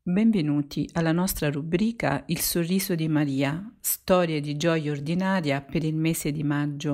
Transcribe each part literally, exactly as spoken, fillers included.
Benvenuti alla nostra rubrica Il sorriso di Maria, storie di gioia ordinaria per il mese di maggio.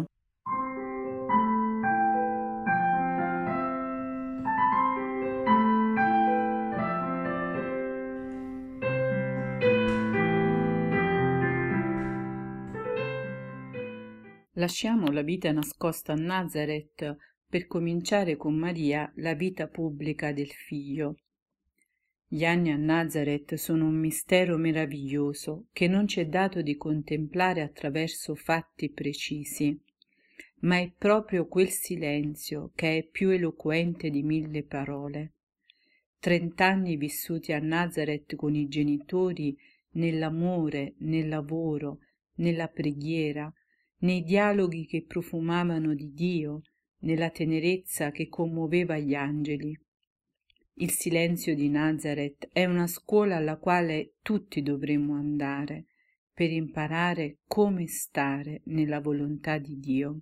Lasciamo la vita nascosta a Nazareth per cominciare con Maria la vita pubblica del figlio. Gli anni a Nazareth sono un mistero meraviglioso che non ci è dato di contemplare attraverso fatti precisi, ma è proprio quel silenzio che è più eloquente di mille parole. Trent'anni vissuti a Nazareth con i genitori nell'amore, nel lavoro, nella preghiera, nei dialoghi che profumavano di Dio, nella tenerezza che commuoveva gli angeli. Il silenzio di Nazareth è una scuola alla quale tutti dovremmo andare per imparare come stare nella volontà di Dio.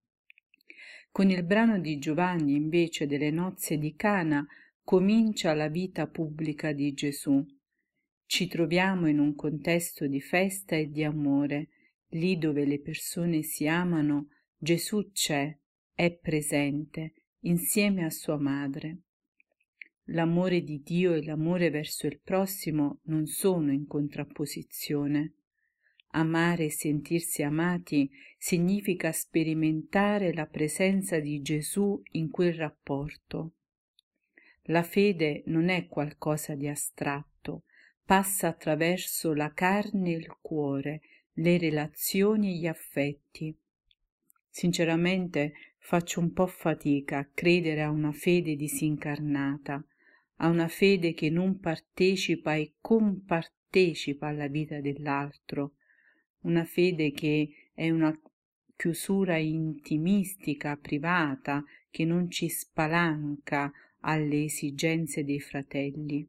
Con il brano di Giovanni, invece, delle nozze di Cana, comincia la vita pubblica di Gesù. Ci troviamo in un contesto di festa e di amore. Lì dove le persone si amano, Gesù c'è, è presente, insieme a sua madre. L'amore di Dio e l'amore verso il prossimo non sono in contrapposizione. Amare e sentirsi amati significa sperimentare la presenza di Gesù in quel rapporto. La fede non è qualcosa di astratto, passa attraverso la carne e il cuore, le relazioni e gli affetti. Sinceramente faccio un po' fatica a credere a una fede disincarnata, a una fede che non partecipa e compartecipa alla vita dell'altro, una fede che è una chiusura intimistica, privata, che non ci spalanca alle esigenze dei fratelli.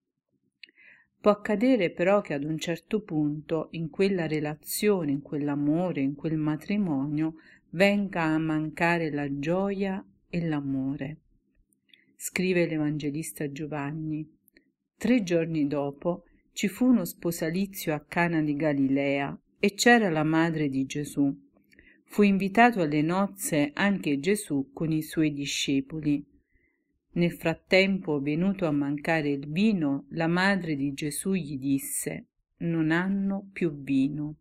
Può accadere però che ad un certo punto in quella relazione, in quell'amore, in quel matrimonio venga a mancare la gioia e l'amore. Scrive l'Evangelista Giovanni: tre giorni dopo ci fu uno sposalizio a Cana di Galilea e c'era la madre di Gesù. Fu invitato alle nozze anche Gesù con i suoi discepoli. Nel frattempo, venuto a mancare il vino, la madre di Gesù gli disse: non hanno più vino.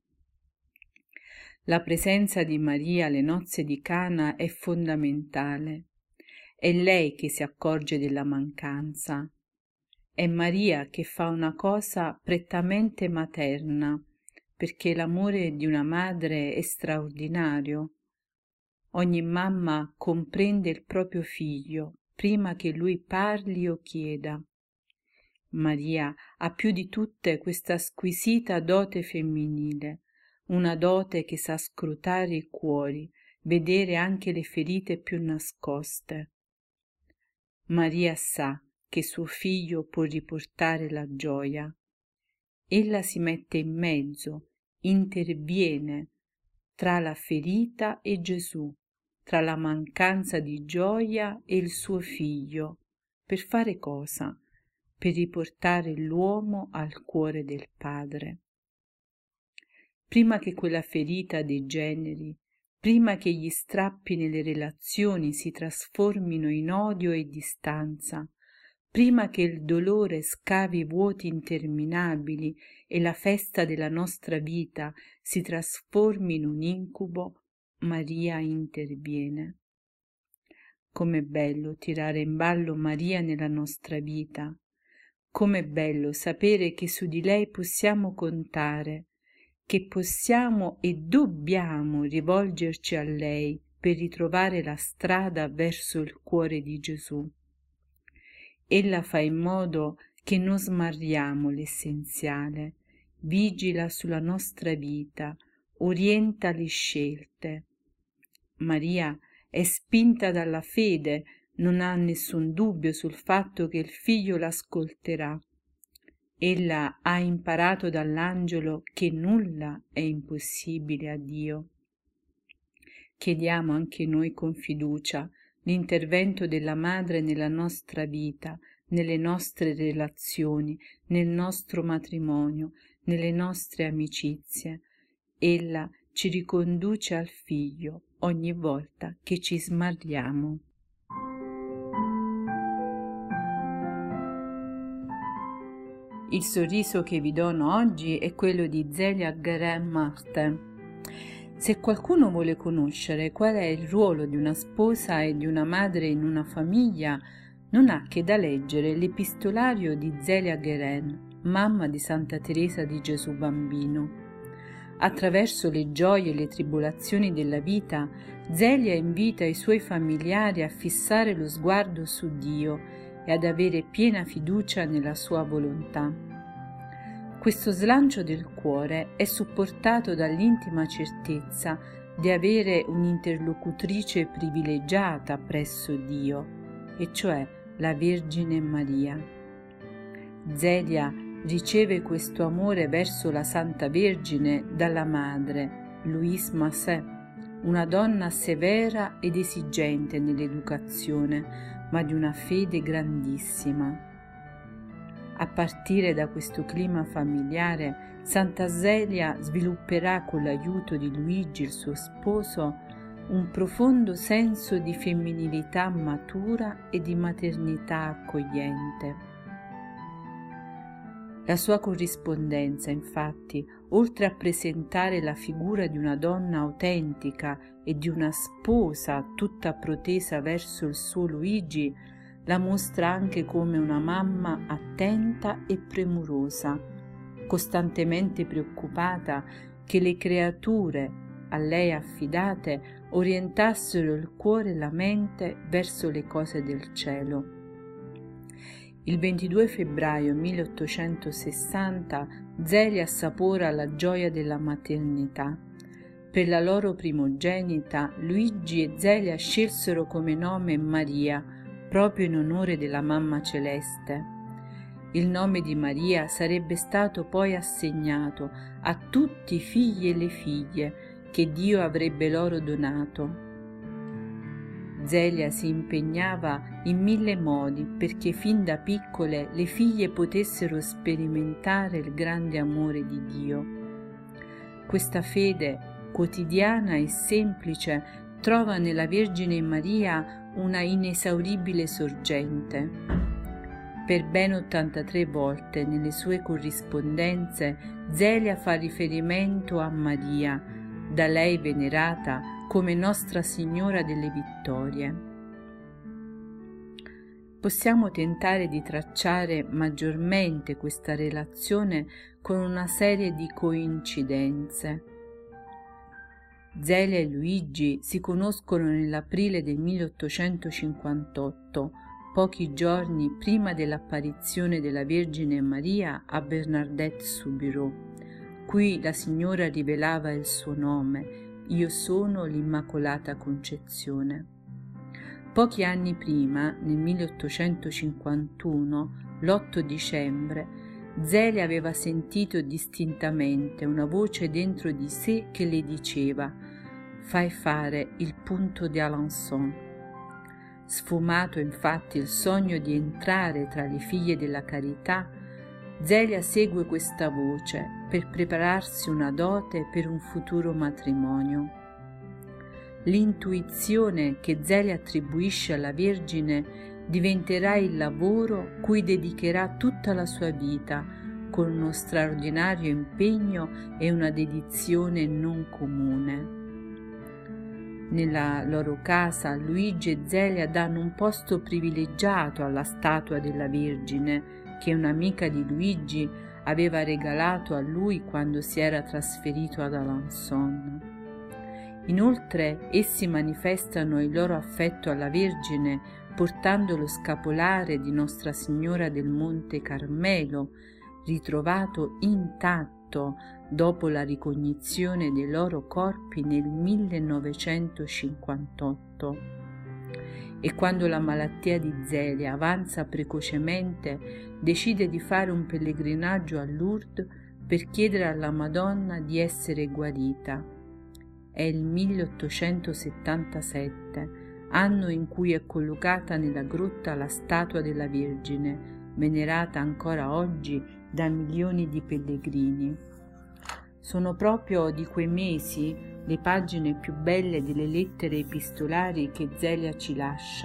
La presenza di Maria alle nozze di Cana è fondamentale. È lei che si accorge della mancanza. È Maria che fa una cosa prettamente materna, perché l'amore di una madre è straordinario. Ogni mamma comprende il proprio figlio prima che lui parli o chieda. Maria ha più di tutte questa squisita dote femminile, una dote che sa scrutare i cuori, vedere anche le ferite più nascoste. Maria sa che suo figlio può riportare la gioia. Ella si mette in mezzo, interviene tra la ferita e Gesù, tra la mancanza di gioia e il suo figlio. Per fare cosa? Per riportare l'uomo al cuore del Padre. Prima che quella ferita degeneri, prima che gli strappi nelle relazioni si trasformino in odio e distanza, prima che il dolore scavi vuoti interminabili e la festa della nostra vita si trasformi in un incubo, Maria interviene. Com'è bello tirare in ballo Maria nella nostra vita. Com'è bello sapere che su di lei possiamo contare, che possiamo e dobbiamo rivolgerci a lei per ritrovare la strada verso il cuore di Gesù. Ella fa in modo che non smarriamo l'essenziale, vigila sulla nostra vita, orienta le scelte. Maria è spinta dalla fede, non ha nessun dubbio sul fatto che il figlio l'ascolterà. Ella ha imparato dall'angelo che nulla è impossibile a Dio. Chiediamo anche noi con fiducia l'intervento della Madre nella nostra vita, nelle nostre relazioni, nel nostro matrimonio, nelle nostre amicizie. Ella ci riconduce al Figlio ogni volta che ci smarriamo. Il sorriso che vi dono oggi è quello di Zélia Guérin-Martin. Se qualcuno vuole conoscere qual è il ruolo di una sposa e di una madre in una famiglia, non ha che da leggere l'epistolario di Zélia Guérin, mamma di Santa Teresa di Gesù Bambino. Attraverso le gioie e le tribolazioni della vita, Zélia invita i suoi familiari a fissare lo sguardo su Dio e ad avere piena fiducia nella sua volontà. Questo slancio del cuore è supportato dall'intima certezza di avere un'interlocutrice privilegiata presso Dio, e cioè la Vergine Maria. Zélia riceve questo amore verso la Santa Vergine dalla madre, Louise Masset, una donna severa ed esigente nell'educazione, ma di una fede grandissima. A partire da questo clima familiare, Santa Zélia svilupperà con l'aiuto di Luigi, il suo sposo, un profondo senso di femminilità matura e di maternità accogliente. La sua corrispondenza, infatti, oltre a presentare la figura di una donna autentica e di una sposa tutta protesa verso il suo Luigi, la mostra anche come una mamma attenta e premurosa, costantemente preoccupata che le creature a lei affidate orientassero il cuore e la mente verso le cose del cielo. Il ventidue febbraio milleottocentosessanta Zélia assapora la gioia della maternità. Per la loro primogenita, Luigi e Zélia scelsero come nome Maria, proprio in onore della Mamma Celeste. Il nome di Maria sarebbe stato poi assegnato a tutti i figli e le figlie che Dio avrebbe loro donato. Zélia si impegnava in mille modi perché fin da piccole le figlie potessero sperimentare il grande amore di Dio. Questa fede quotidiana e semplice trova nella Vergine Maria una inesauribile sorgente. Per ben ottantatré volte nelle sue corrispondenze Zélia fa riferimento a Maria, da lei venerata come Nostra Signora delle Vittorie. Possiamo tentare di tracciare maggiormente questa relazione con una serie di coincidenze. Zélia e Luigi si conoscono nell'aprile del milleottocentocinquantotto, pochi giorni prima dell'apparizione della Vergine Maria a Bernardette-Soubirous. Qui la Signora rivelava il suo nome: Io sono l'Immacolata Concezione. Pochi anni prima, nel milleottocentocinquantuno, l'otto dicembre, Zélia aveva sentito distintamente una voce dentro di sé che le diceva: «Fai fare il punto di Alençon». Sfumato infatti il sogno di entrare tra le figlie della carità, Zélia segue questa voce per prepararsi una dote per un futuro matrimonio. L'intuizione che Zélia attribuisce alla Vergine diventerà il lavoro cui dedicherà tutta la sua vita, con uno straordinario impegno e una dedizione non comune. Nella loro casa Luigi e Zélia danno un posto privilegiato alla statua della Vergine, che un'amica di Luigi aveva regalato a lui quando si era trasferito ad Alençon. Inoltre essi manifestano il loro affetto alla Vergine portando lo scapolare di Nostra Signora del Monte Carmelo, ritrovato intatto dopo la ricognizione dei loro corpi nel millenovecentocinquantotto. E quando la malattia di Zélia avanza precocemente, decide di fare un pellegrinaggio a Lourdes per chiedere alla Madonna di essere guarita. È il milleottocentosettantasette, anno in cui è collocata nella grotta la statua della Vergine, venerata ancora oggi da milioni di pellegrini. Sono proprio di quei mesi le pagine più belle delle lettere epistolari che Zelia ci lascia.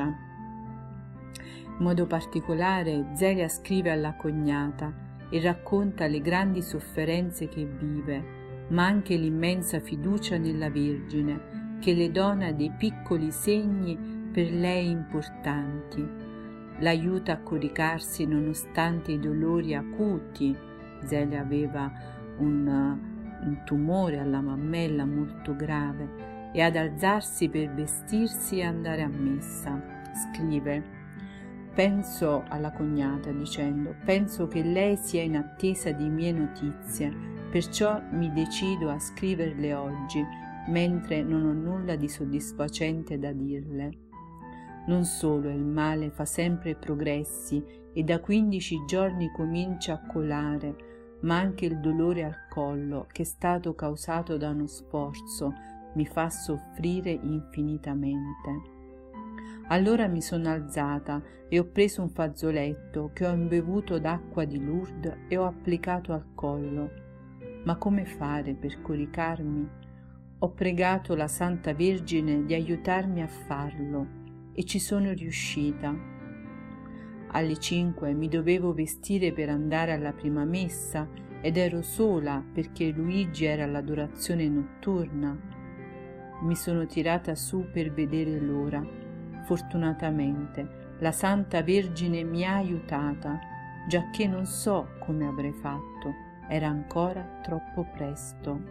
In modo particolare Zelia scrive alla cognata e racconta le grandi sofferenze che vive, ma anche l'immensa fiducia nella Vergine, che le dona dei piccoli segni per lei importanti. L'aiuta a coricarsi nonostante i dolori acuti. Zelia aveva un, un tumore alla mammella molto grave e ad alzarsi per vestirsi e andare a messa. Scrive: penso alla cognata dicendo: penso che lei sia in attesa di mie notizie, perciò mi decido a scriverle oggi, mentre non ho nulla di soddisfacente da dirle. Non solo il male fa sempre progressi e da quindici giorni comincia a colare, ma anche il dolore al collo, che è stato causato da uno sforzo, mi fa soffrire infinitamente. Allora mi sono alzata e ho preso un fazzoletto che ho imbevuto d'acqua di Lourdes e ho applicato al collo. Ma come fare per coricarmi? Ho pregato la Santa Vergine di aiutarmi a farlo e ci sono riuscita. Alle cinque mi dovevo vestire per andare alla prima messa ed ero sola perché Luigi era all'adorazione notturna. Mi sono tirata su per vedere l'ora. Fortunatamente la Santa Vergine mi ha aiutata, giacché non so come avrei fatto, era ancora troppo presto.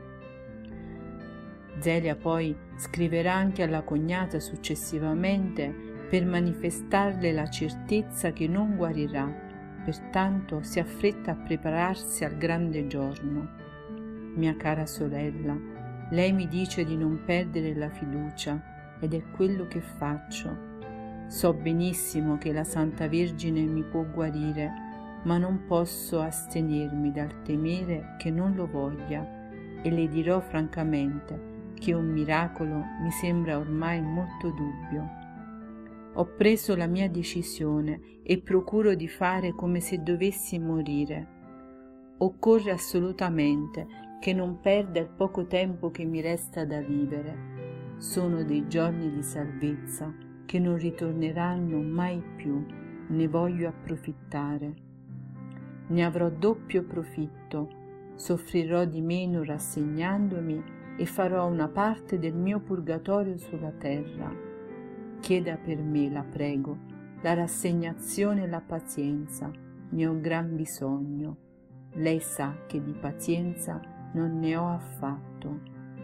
Zelia poi scriverà anche alla cognata successivamente per manifestarle la certezza che non guarirà, pertanto si affretta a prepararsi al grande giorno. Mia cara sorella, lei mi dice di non perdere la fiducia ed è quello che faccio. So benissimo che la Santa Vergine mi può guarire, ma non posso astenermi dal temere che non lo voglia e le dirò francamente che un miracolo mi sembra ormai molto dubbio. Ho preso la mia decisione e procuro di fare come se dovessi morire. Occorre assolutamente che non perda il poco tempo che mi resta da vivere. Sono dei giorni di salvezza che non ritorneranno mai più, ne voglio approfittare. Ne avrò doppio profitto, soffrirò di meno rassegnandomi e farò una parte del mio purgatorio sulla terra. Chieda per me, la prego, la rassegnazione e la pazienza, ne ho gran bisogno. Lei sa che di pazienza non ne ho affatto.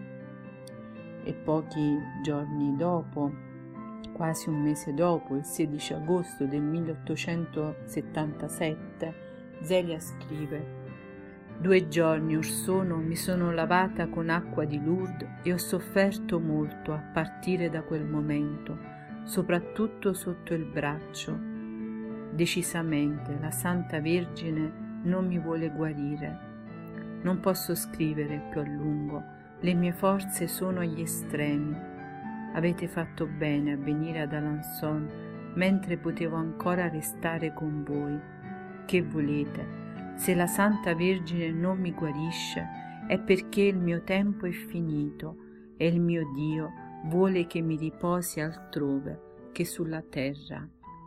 E pochi giorni dopo, quasi un mese dopo, il sedici agosto del milleottocentosettantasette, Zelia scrive: Due giorni or sono mi sono lavata con acqua di Lourdes e ho sofferto molto a partire da quel momento, soprattutto sotto il braccio. Decisamente la Santa Vergine non mi vuole guarire. Non posso scrivere più a lungo, le mie forze sono agli estremi. Avete fatto bene a venire ad Alençon mentre potevo ancora restare con voi. Che volete? Se la Santa Vergine non mi guarisce è perché il mio tempo è finito e il mio Dio vuole che mi riposi altrove che sulla terra.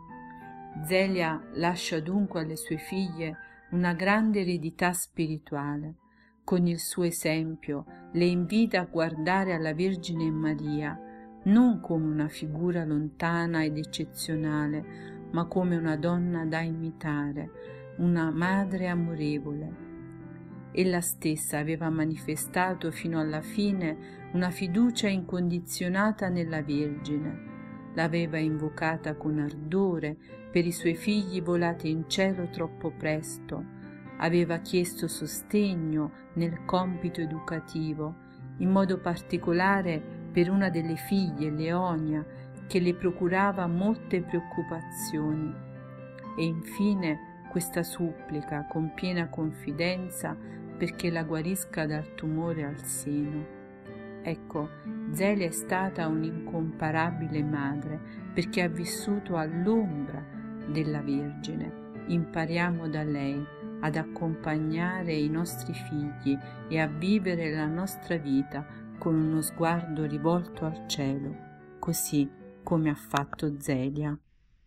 Zelia lascia dunque alle sue figlie una grande eredità spirituale. Con il suo esempio le invita a guardare alla Vergine Maria non come una figura lontana ed eccezionale, ma come una donna da imitare, una madre amorevole. Ella stessa aveva manifestato fino alla fine una fiducia incondizionata nella Vergine. L'aveva invocata con ardore per i suoi figli volati in cielo troppo presto. Aveva chiesto sostegno nel compito educativo, in modo particolare per una delle figlie, Leonia, che le procurava molte preoccupazioni. E infine questa supplica con piena confidenza perché la guarisca dal tumore al seno. Ecco, Zelia è stata un'incomparabile madre perché ha vissuto all'ombra della Vergine. Impariamo da lei ad accompagnare i nostri figli e a vivere la nostra vita con uno sguardo rivolto al cielo, così come ha fatto Zelia.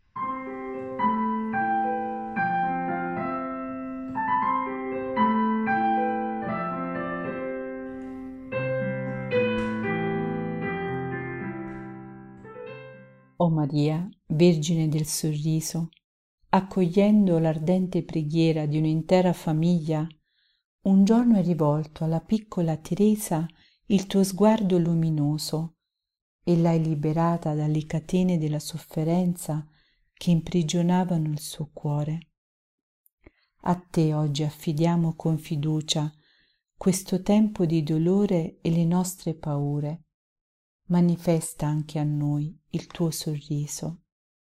O Maria, Vergine del Sorriso, accogliendo l'ardente preghiera di un'intera famiglia, un giorno hai rivolto alla piccola Teresa il tuo sguardo luminoso e l'hai liberata dalle catene della sofferenza che imprigionavano il suo cuore. A te oggi affidiamo con fiducia questo tempo di dolore e le nostre paure. Manifesta anche a noi il tuo sorriso.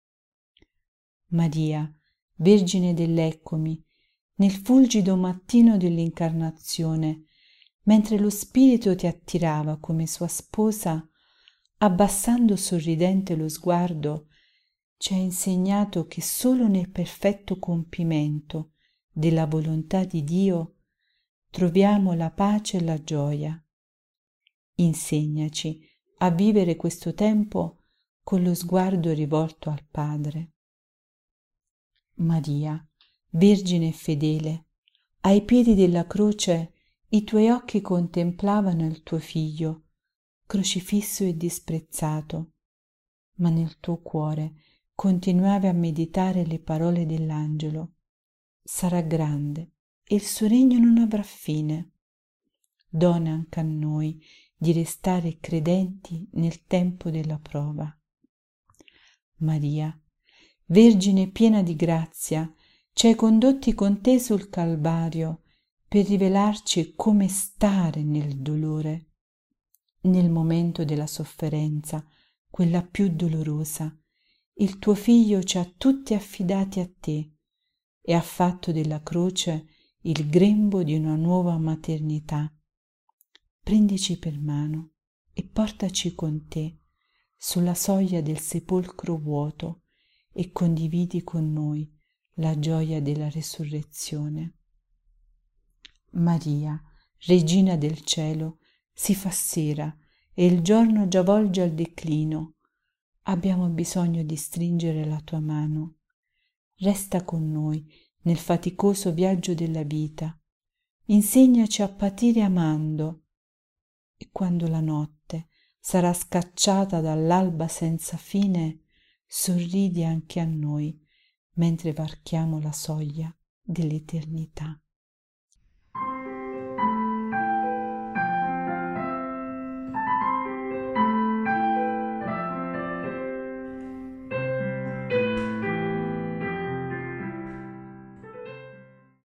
Maria, Vergine dell'Eccomi, nel fulgido mattino dell'Incarnazione, mentre lo Spirito ti attirava come sua sposa, abbassando sorridente lo sguardo, ci hai insegnato che solo nel perfetto compimento della volontà di Dio troviamo la pace e la gioia. Insegnaci a vivere questo tempo con lo sguardo rivolto al Padre. Maria, Vergine fedele, ai piedi della croce i tuoi occhi contemplavano il tuo figlio, crocifisso e disprezzato, ma nel tuo cuore continuavi a meditare le parole dell'angelo. Sarà grande e il suo regno non avrà fine. Dona anche a noi di restare credenti nel tempo della prova. Maria, Vergine piena di grazia, ci hai condotti con te sul Calvario per rivelarci come stare nel dolore. Nel momento della sofferenza, quella più dolorosa, il tuo Figlio ci ha tutti affidati a te e ha fatto della croce il grembo di una nuova maternità. Prendici per mano e portaci con te sulla soglia del sepolcro vuoto e condividi con noi la gioia della resurrezione. Maria, Regina del cielo, si fa sera e il giorno già volge al declino. Abbiamo bisogno di stringere la tua mano. Resta con noi nel faticoso viaggio della vita. Insegnaci a patire amando. E quando la notte sarà scacciata dall'alba senza fine, sorridi anche a noi mentre varchiamo la soglia dell'eternità.